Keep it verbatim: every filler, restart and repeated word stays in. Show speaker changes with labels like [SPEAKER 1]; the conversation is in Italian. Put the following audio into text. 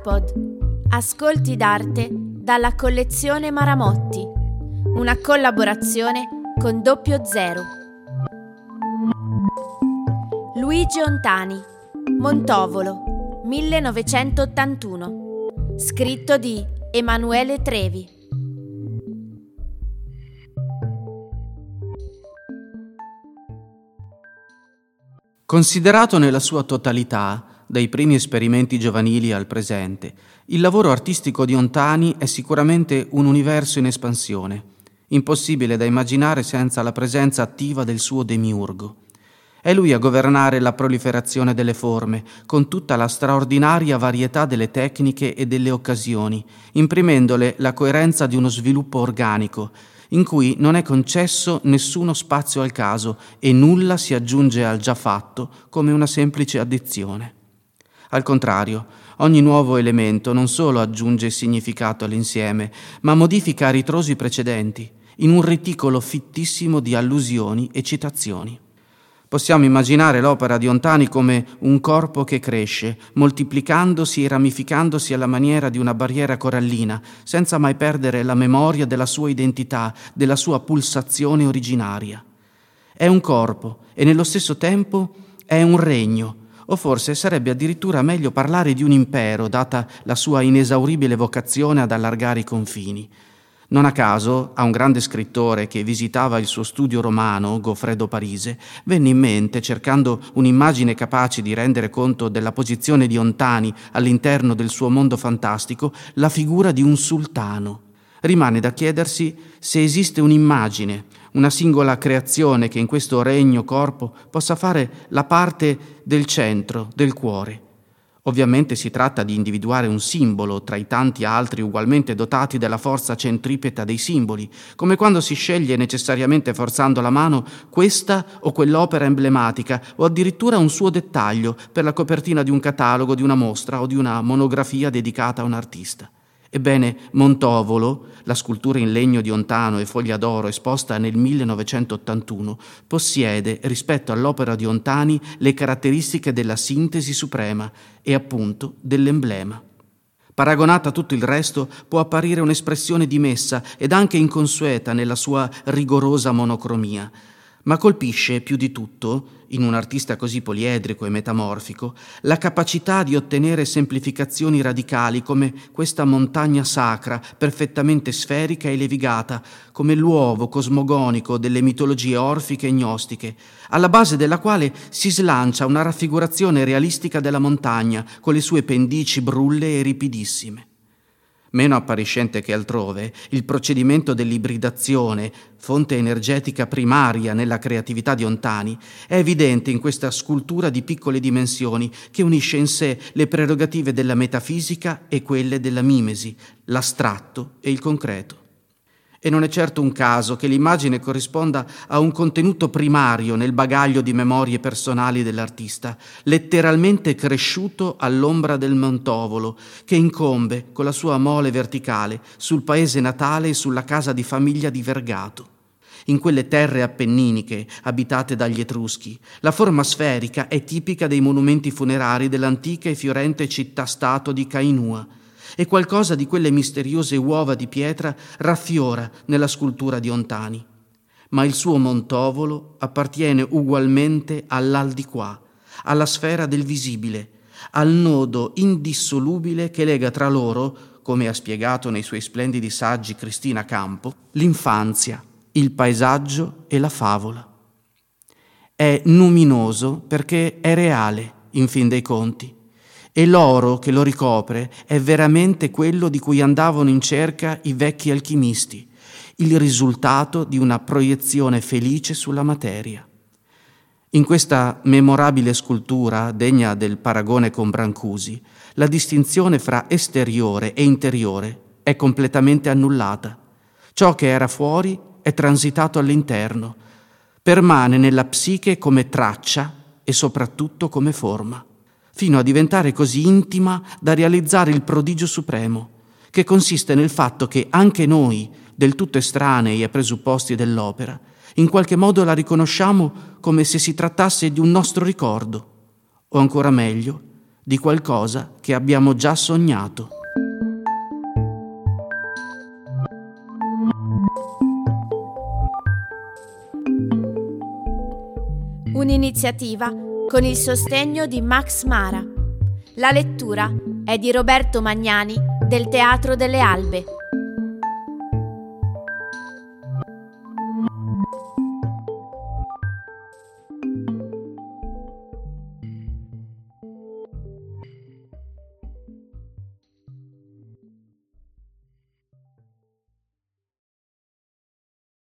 [SPEAKER 1] Artpod, ascolti d'arte dalla collezione Maramotti, una collaborazione con Doppio Zero. Luigi Ontani, Montovolo, millenovecentottantuno, scritto di Emanuele Trevi.
[SPEAKER 2] Considerato nella sua totalità, dai primi esperimenti giovanili al presente, il lavoro artistico di Ontani è sicuramente un universo in espansione, impossibile da immaginare senza la presenza attiva del suo demiurgo. È lui a governare la proliferazione delle forme, con tutta la straordinaria varietà delle tecniche e delle occasioni, imprimendole la coerenza di uno sviluppo organico, in cui non è concesso nessuno spazio al caso e nulla si aggiunge al già fatto come una semplice addizione. Al contrario, ogni nuovo elemento non solo aggiunge significato all'insieme, ma modifica a ritroso i precedenti, in un reticolo fittissimo di allusioni e citazioni. Possiamo immaginare l'opera di Ontani come un corpo che cresce, moltiplicandosi e ramificandosi alla maniera di una barriera corallina, senza mai perdere la memoria della sua identità, della sua pulsazione originaria. È un corpo e nello stesso tempo è un regno, o forse sarebbe addirittura meglio parlare di un impero, data la sua inesauribile vocazione ad allargare i confini. Non a caso, a un grande scrittore che visitava il suo studio romano, Goffredo Parise, venne in mente, cercando un'immagine capace di rendere conto della posizione di Ontani all'interno del suo mondo fantastico, la figura di un sultano. Rimane da chiedersi se esiste un'immagine, una singola creazione che in questo regno corpo possa fare la parte del centro, del cuore. Ovviamente si tratta di individuare un simbolo tra i tanti altri ugualmente dotati della forza centripeta dei simboli, come quando si sceglie necessariamente forzando la mano questa o quell'opera emblematica o addirittura un suo dettaglio per la copertina di un catalogo, di una mostra o di una monografia dedicata a un artista. Ebbene, Montovolo, la scultura in legno di Ontano e foglia d'oro esposta nel millenovecentottantuno, possiede, rispetto all'opera di Ontani, le caratteristiche della sintesi suprema e appunto dell'emblema. Paragonata a tutto il resto, può apparire un'espressione dimessa ed anche inconsueta nella sua rigorosa monocromia, ma colpisce più di tutto, in un artista così poliedrico e metamorfico, la capacità di ottenere semplificazioni radicali come questa montagna sacra, perfettamente sferica e levigata, come l'uovo cosmogonico delle mitologie orfiche e gnostiche, alla base della quale si slancia una raffigurazione realistica della montagna, con le sue pendici brulle e ripidissime. Meno appariscente che altrove, il procedimento dell'ibridazione, fonte energetica primaria nella creatività di Ontani, è evidente in questa scultura di piccole dimensioni che unisce in sé le prerogative della metafisica e quelle della mimesi, l'astratto e il concreto. E non è certo un caso che l'immagine corrisponda a un contenuto primario nel bagaglio di memorie personali dell'artista, letteralmente cresciuto all'ombra del Montovolo, che incombe con la sua mole verticale sul paese natale e sulla casa di famiglia di Vergato. In quelle terre appenniniche abitate dagli Etruschi, la forma sferica è tipica dei monumenti funerari dell'antica e fiorente città-stato di Cainua, e qualcosa di quelle misteriose uova di pietra raffiora nella scultura di Ontani. Ma il suo Montovolo appartiene ugualmente all'aldilà, alla sfera del visibile, al nodo indissolubile che lega tra loro, come ha spiegato nei suoi splendidi saggi Cristina Campo, l'infanzia, il paesaggio e la favola. È luminoso perché è reale, in fin dei conti, e l'oro che lo ricopre è veramente quello di cui andavano in cerca i vecchi alchimisti, il risultato di una proiezione felice sulla materia. In questa memorabile scultura, degna del paragone con Brancusi, la distinzione fra esteriore e interiore è completamente annullata. Ciò che era fuori è transitato all'interno, permane nella psiche come traccia e soprattutto come forma, fino a diventare così intima da realizzare il prodigio supremo, che consiste nel fatto che anche noi, del tutto estranei ai presupposti dell'opera, in qualche modo la riconosciamo come se si trattasse di un nostro ricordo, o ancora meglio, di qualcosa che abbiamo già sognato.
[SPEAKER 1] Un'iniziativa con il sostegno di Max Mara. La lettura è di Roberto Magnani del Teatro delle Albe.